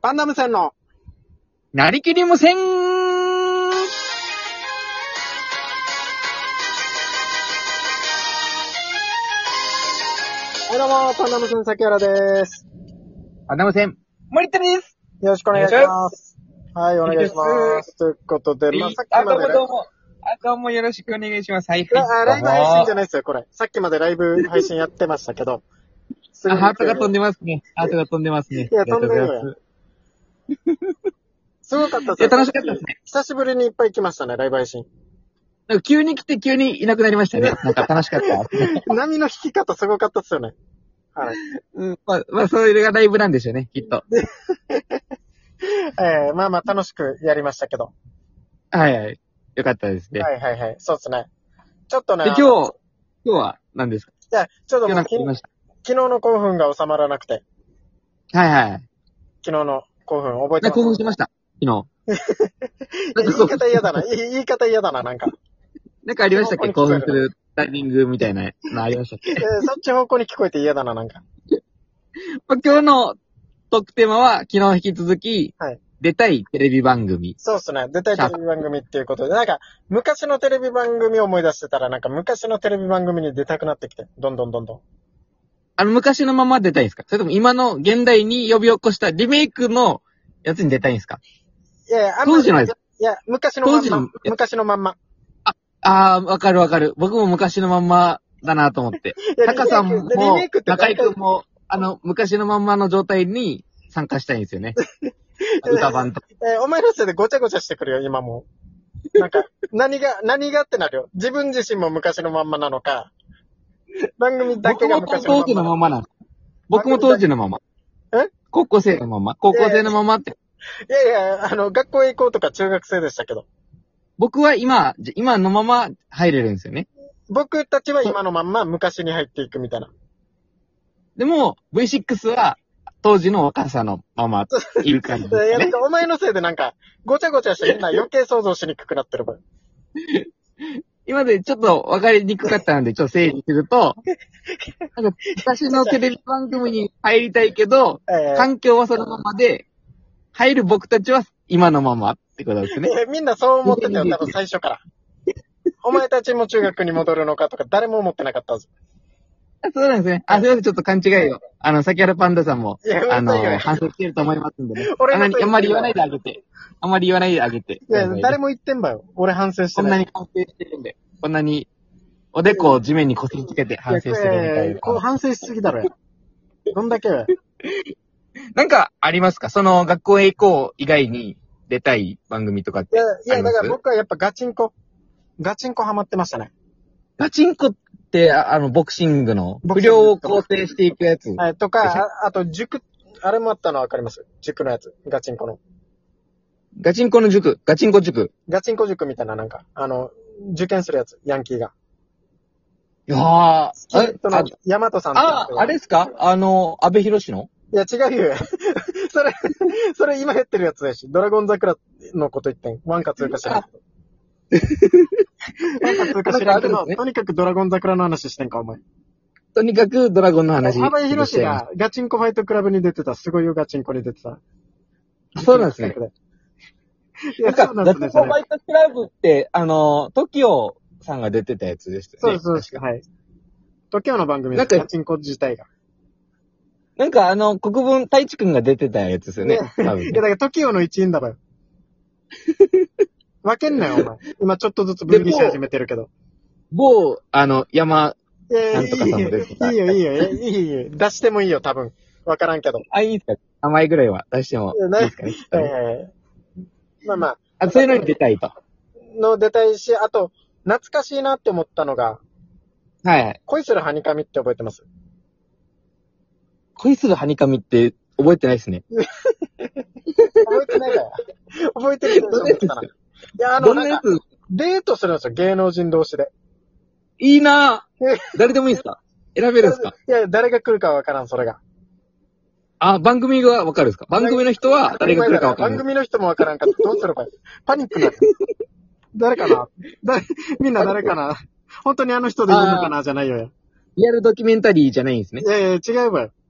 パンダム線のなりきり無線。 どうも、パンダム線崎原です。 パンダ無線、森田です。 よろしくお願いします。はい、お願いします。ということで、 さっきまでどうも。どうもよろしくお願いします。はい。 ライブ配信じゃないですよ、これ。さっきまでライブ配信やってましたけど。 ハートが飛んでますね。ハートが飛んでますね。 いや、飛んでるよ。すごかったですね。楽しかったですね。 久しぶりにいっぱい来ましたね、ライブ配信。 なんか急に来て急にいなくなりましたね。なんか楽しかった。 波の引き方すごかったっすよね。はい。 まあ、それがライブなんでしょうね、きっと。 まあ楽しくやりましたけど。 はいはい。よかったですね。 はい。そうですね。ちょっとね。 で、今日は何ですか？ いや、ちょっともう昨日の興奮が収まらなくて。 はい。 昨日の興奮覚えてます？ 興奮しました。昨日。 言い方嫌だな。言い方嫌だな、なんか。 なんかありましたっけ？興奮するタイミングみたいなのありましたっけ？ そっち方向に聞こえて嫌だな、なんか。 今日のトークテーマは昨日引き続き、 はい。 出たいテレビ番組。 そうっすね。出たいテレビ番組っていうことで、なんか、昔のテレビ番組を思い出してたら、なんか昔のテレビ番組に出たくなってきて、どんどん。 昔のまま出たいんですか？それとも今の現代に呼び起こしたリメイクのやつに出たいんですか？ いや、 当時のやつ。 いや、昔のまんま。昔のまんま。 わかる。僕も昔のまんまだなと思って。タカさんも、中井くんも、昔のまんまの状態に参加したいんですよね。歌版と。 お前のせいでごちゃごちゃしてくるよ、今も。なんか、何がってなるよ。自分自身も昔のまんまなのか、番組だけが昔のまんま。 僕も当時のままなんです。僕も当時のまま。高校生のままって。 いや、学校へ行こうとか中学生でしたけど。 僕は今のまま入れるんですよね。 僕たちは今のまんま昔に入っていくみたいな。 でも、V6 は当時の若さのままいる感じですね。 いや、なんかお前のせいでなんか、ごちゃごちゃしてみんな余計想像しにくくなってる分。 今でちょっと分かりにくかったので、ちょっと整理すると、なんか昔のテレビ番組に入りたいけど、環境はそのままで、入る僕たちは今のままってことですね。 みんなそう思ってたよ、多分最初から。お前たちも中学に戻るのかとか誰も思ってなかったはず。 そうなんですね。すいません、ちょっと勘違いを。先原パンダさんも、反省してると思いますんでね。あんまり言わないであげて。 いや、誰も言ってんばよ。俺反省してない。 こんなに反省してるんで。こんなに、おでこを地面にこすりつけて反省してるみたいな。 こう反省しすぎだろよ。どんだけよ。 なんか、ありますか？その、学校へ行こう以外に出たい番組とかって。 いや、だから僕はやっぱガチンコハマってましたね。 ガチンコって、ボクシングの不良を肯定していくやつ。 はい、とか、あと塾、あれもあったのわかります？塾のやつ。ガチンコの。 ガチンコ塾。ガチンコ塾みたいな、なんか、受験するやつ、ヤンキーが。 いやー、 ヤマトさんあれですか？安倍博士の？ いや、違うよ。それ今やってるやつだし、ドラゴン桜のこと言ってん。ワンかツーか知らん。ワンかツーか知らんけど、とにかくドラゴン桜の話してんか、お前。 とにかくドラゴンの話。 安倍博士がガチンコファイトクラブに出てた。すごいよ、ガチンコに出てた。 そうなんですね。いや、ガチンコファイトクラブって、TOKIO さんが出てたやつですよね。 そうです。はい。TOKIOの番組です。ガチンコ自体が。 なんか国分太一くんが出てたやつですよね。多分ね。 いや、だから TOKIO の一員だばよ。分けんなよ、お前。今ちょっとずつ分離し始めてるけど。 山なんとかさんも出てた。 いいよ。出してもいいよ、多分。わからんけど。 いいですか？名前ぐらいは出してもいいですかね。 まあ。 そういうのに出たいと。 出たいし、あと、懐かしいなって思ったのが、 はい。 恋するハニカミって覚えてます？ 恋するハニカミって覚えてないですね。 覚えてないかよ。覚えてるどんなやつですか？ いや、 どんなやつ？ デートするんですよ、芸能人同士で。 いいなぁ。誰でもいいですか？選べるんですか？ いや、誰が来るかわからん、それが。 番組がわかるんですか？番組の人は誰が来るかわからん。 番組の人もわからんかった。どうすればいい？パニックになる。誰かな？みんな誰かな？本当にあの人でいいのかなじゃないよ。 リアルドキュメンタリーじゃないんですね。 いや、違うわよ。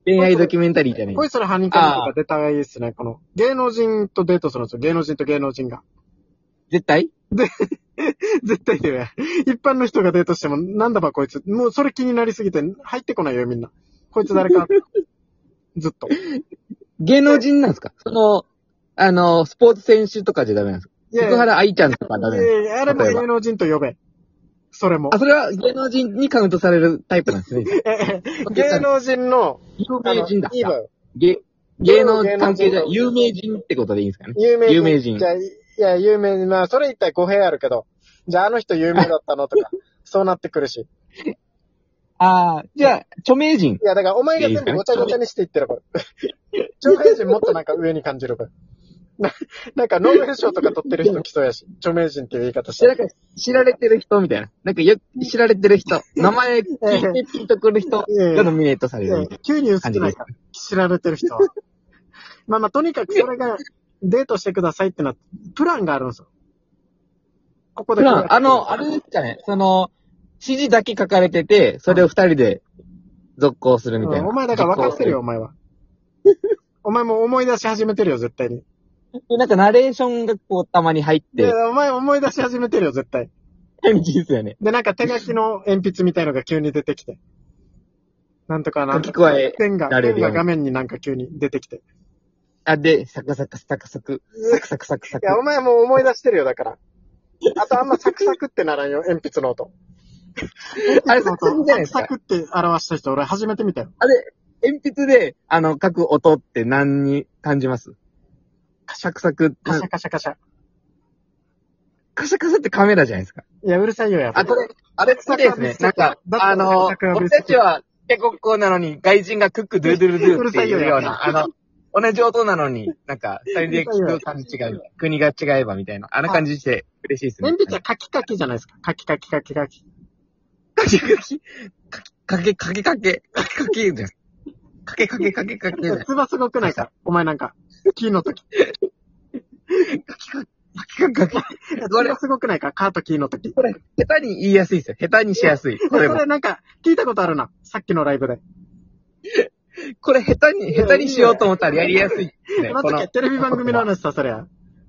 恋愛ドキュメンタリーじゃない。 恋するハニカムとか出たらいいですね。この、芸能人とデートするんですよ。芸能人と芸能人が。 絶対絶対だよ。一般の人がデートしても、なんだばこいつ。もうそれ気になりすぎて、入ってこないよ、みんな。こいつ誰か。ずっと。 芸能人なんですか？その、スポーツ選手とかじゃダメなんですか？福原愛ちゃんとかダメなんですか？ いやあれも芸能人と呼べ。それも。 あ、それは芸能人にカウントされるタイプなんですね。 芸能人の、 有名人だ。 いいわよ。 芸能関係じゃ、有名人ってことでいいんですかね？ 有名人。 じゃあ、いや、有名、まあ、それ一体語弊あるけど、じゃああの人有名だったのとか、そうなってくるし。 ああ、じゃあ、著名人。 いや、だからお前が全部ごちゃごちゃにしていってるから。著名人もっとなんか上に感じるから。なんかノーベル賞とか取ってる人来そうやし、著名人っていう言い方して。 なんか知られてる人みたいな。なんか知られてる人。名前聞いてピンとくる人がノミネートされる。 急に薄くないから。知られてる人は。まあ、とにかくそれがデートしてくださいってなって、プランがあるんですよ。ここで。 あれですかね。指示だけ書かれてて、それを二人で続行するみたいな。 お前だから分かってるよ、お前は。お前も思い出し始めてるよ、絶対に。 なんかナレーションがこうたまに入って。 いや、お前思い出し始めてるよ、絶対。 変ですよね。 で、なんか手書きの鉛筆みたいのが急に出てきて。なんとかな。 書き加えペンが画面になんか急に出てきて。 あ、で、サクサクサクサク。サクサクサクサク。 いや、お前もう思い出してるよ、だから。あとあんまサクサクってならんよ、鉛筆の音。 あれサクサクじゃないですか。 サクサクって表した人、俺初めて見たよ。 あれ、鉛筆で、書く音って何に感じます？サクサク。 カシャカシャカシャ。 カシャカシャってカメラじゃないですか。 いや、うるさいよ、やっぱ。 あれ好きですね。なんか、僕たちは結構こうなのに、外人がクックドゥドゥルドゥっていうような、同じ音なのに、なんか、二人で聞く感じ違う。国が違えばみたいな。あの感じして嬉しいですね。 鉛筆はカキカキじゃないですか。カキカキカキカキ。 カキカキカキカキカキカキじゃん。カキカキカキカキじゃん。 つばすごくないか。お前なんか、キーの時。 カキカキカキ。 これすごくないか、カートキーの時。 これ、下手に言いやすいですよ。下手にしやすい。 これなんか、聞いたことあるな。さっきのライブで。 これ下手にしようと思ったらやりやすい、ね。 この時テレビ番組の話さ、そりゃ。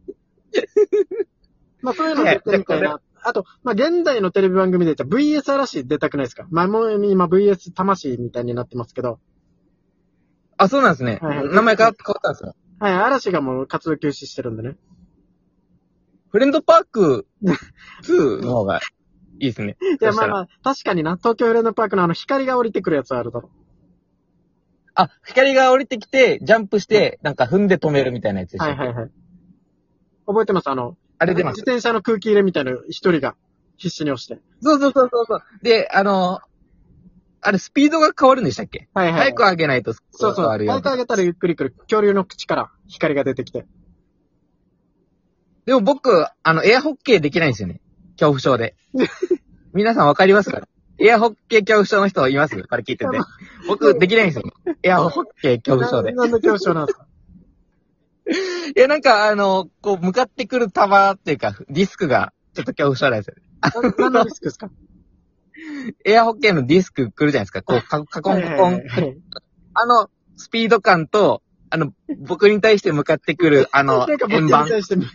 まあそういうの出てみたいな。あと、まあ現代のテレビ番組で言ったら VS 嵐出たくないですか？まあもう今 VS 魂みたいになってますけど。 あ、そうなんですね。はいはい、名前変わったんですよ。 はい、嵐がもう活動休止してるんでね。 フレンドパーク2の方がいいですね。 いやまあまあ、確かにな。東京フレンドパークの光が降りてくるやつあるだろ。 あ、光が降りてきて、ジャンプして、なんか踏んで止めるみたいなやつでした。 はいはいはい。覚えてます？ あれ出ます。 自転車の空気入れみたいな一人が必死に押して。 そう。で、あれスピードが変わるんでしたっけ？はいはい。早く上げないとそう。早く上げたらゆっくり来る。恐竜の口から光が出てきて。 でも僕、エアホッケーできないんですよね。恐怖症で。皆さんわかりますか？エアホッケー恐怖症の人います？これ聞いてて。僕、できないんですよ。エアホッケー恐怖症で。 なんで恐怖症なんですか？ いや、なんか、こう、向かってくる球っていうか、ディスクが、ちょっと恐怖症なんですよね。 何のディスクですか？ エアホッケーのディスク来るじゃないですか。こう、カコンカコン。スピード感と、僕に対して向かってくる、円盤。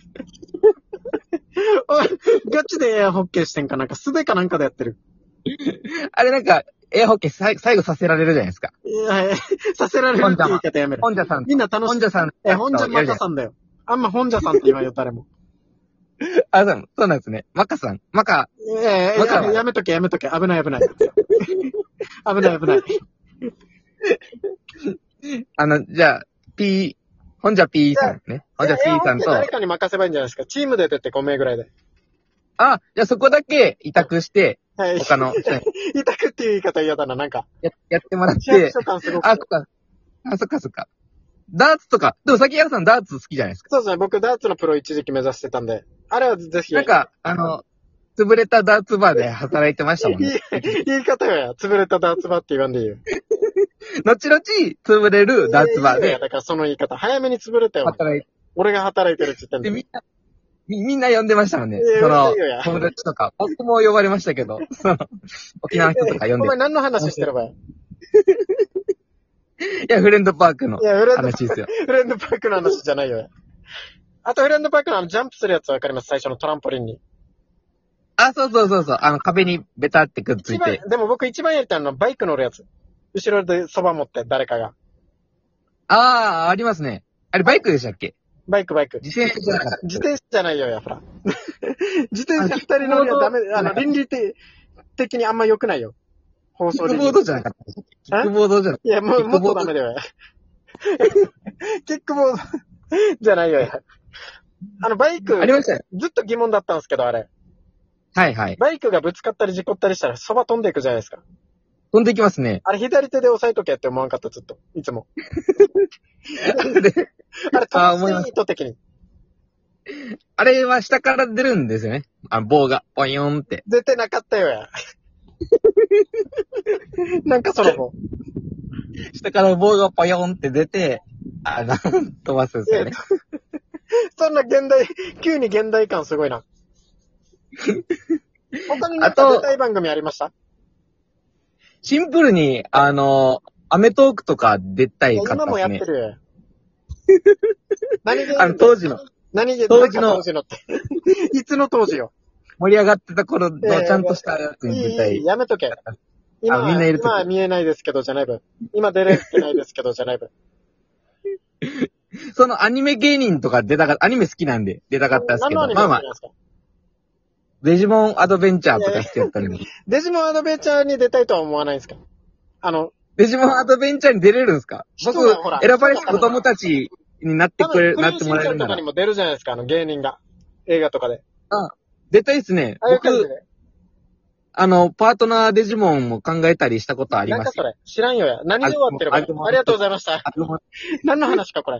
ガチでエアホッケーしてんかなんか素手かなんかでやってる。 あれなんか、エアホッケー最後させられるじゃないですか。 いや、させられるって言い方やめる。 本社さん。 みんな楽しい。 本社さん。 本社マカさんだよ。あんま本社さんって言わんよ、誰も。 あ、そうなんですね。マカさん。マカ。 やめとけ。危ない。危ない。 じゃあ、本社 P さんね。本社 P さんと。 誰かに任せばいいんじゃないですか。チームで出て5名ぐらいで。 あ、じゃあそこだけ委託して、 はい。 他の。 委託っていう言い方嫌だな、なんか。 やってもらって。そっか。ダーツとか、でも崎原さんダーツ好きじゃないですか。 そうですね、僕ダーツのプロ一時期目指してたんで。あれはぜひ。 なんか、潰れたダーツバーで働いてましたもんね。 言い方よや。潰れたダーツバーって言わんでいいよ。 後々、潰れるダーツバーで。 だからその言い方。早めに潰れたよ。俺が働いてるって言ってんで。みんな呼んでましたもんね。友達とか。僕も呼ばれましたけど、沖縄の人とか呼んで。 お前何の話してればよ。 いや、フレンドパークのいや、フレンド話ですよ。 フレンドパークの話じゃないよ。あとフレンドパークのジャンプするやつわかります？最初のトランポリンに。 あ、そうそうそうそう。壁にベタってくっついて。 でも僕一番やりたいのはバイク乗るやつ。後ろでそば持って誰かが。 ああ、ありますね。あれバイクでしたっけ？ バイク。 自転車じゃなかった。 自転車じゃないよ、やっぱ。自転車二人乗りはダメ。倫理的にあんま良くないよ。放送キックボードじゃなかった。キックボードじゃなかった。 いや、もっとダメだよ。キックボードじゃないよ。バイク、 ありましたよ。 ずっと疑問だったんですけど、あれ。 はいはい。 バイクがぶつかったり事故ったりしたらそば飛んでいくじゃないですか。 飛んできますね。 あれ左手で押さえとけって思わんかった、ずっと。いつも。あれ、 思います。 意図的に。 あれは下から出るんですよね。棒が、ポヨンって。 出てなかったよや。なんかその棒。 下から棒がポヨンって出て、飛ばすんですよね。 そんな急に現代感すごいな。他になんか出たい番組ありました？ シンプルに、アメトーークとか出たいかったですね。 今もやってるよ。何で当時の。 何で当時のって。いつの当時よ。 盛り上がってた頃のちゃんとしたやつに出たい。 やめとけ。今は見えないですけどじゃない分。今出れてないですけどじゃない分。 そのアニメ芸人とかアニメ好きなんで出たかったんですけど、まあまあ、デジモンアドベンチャーとかしてやったのに。 デジモンアドベンチャーに出たいとは思わないんですか？ デジモンアドベンチャーに出れるんですか？僕、選ばれし子供たちになってもらえるなら。クレヨンしんちゃんとかにも出るじゃないですか、芸人が。映画とかで。 出たいっすね。僕、パートナーデジモンも考えたりしたことあります。 なんかそれ、知らんよや。何で終わってるか。ありがとうございました。何の話か、これ。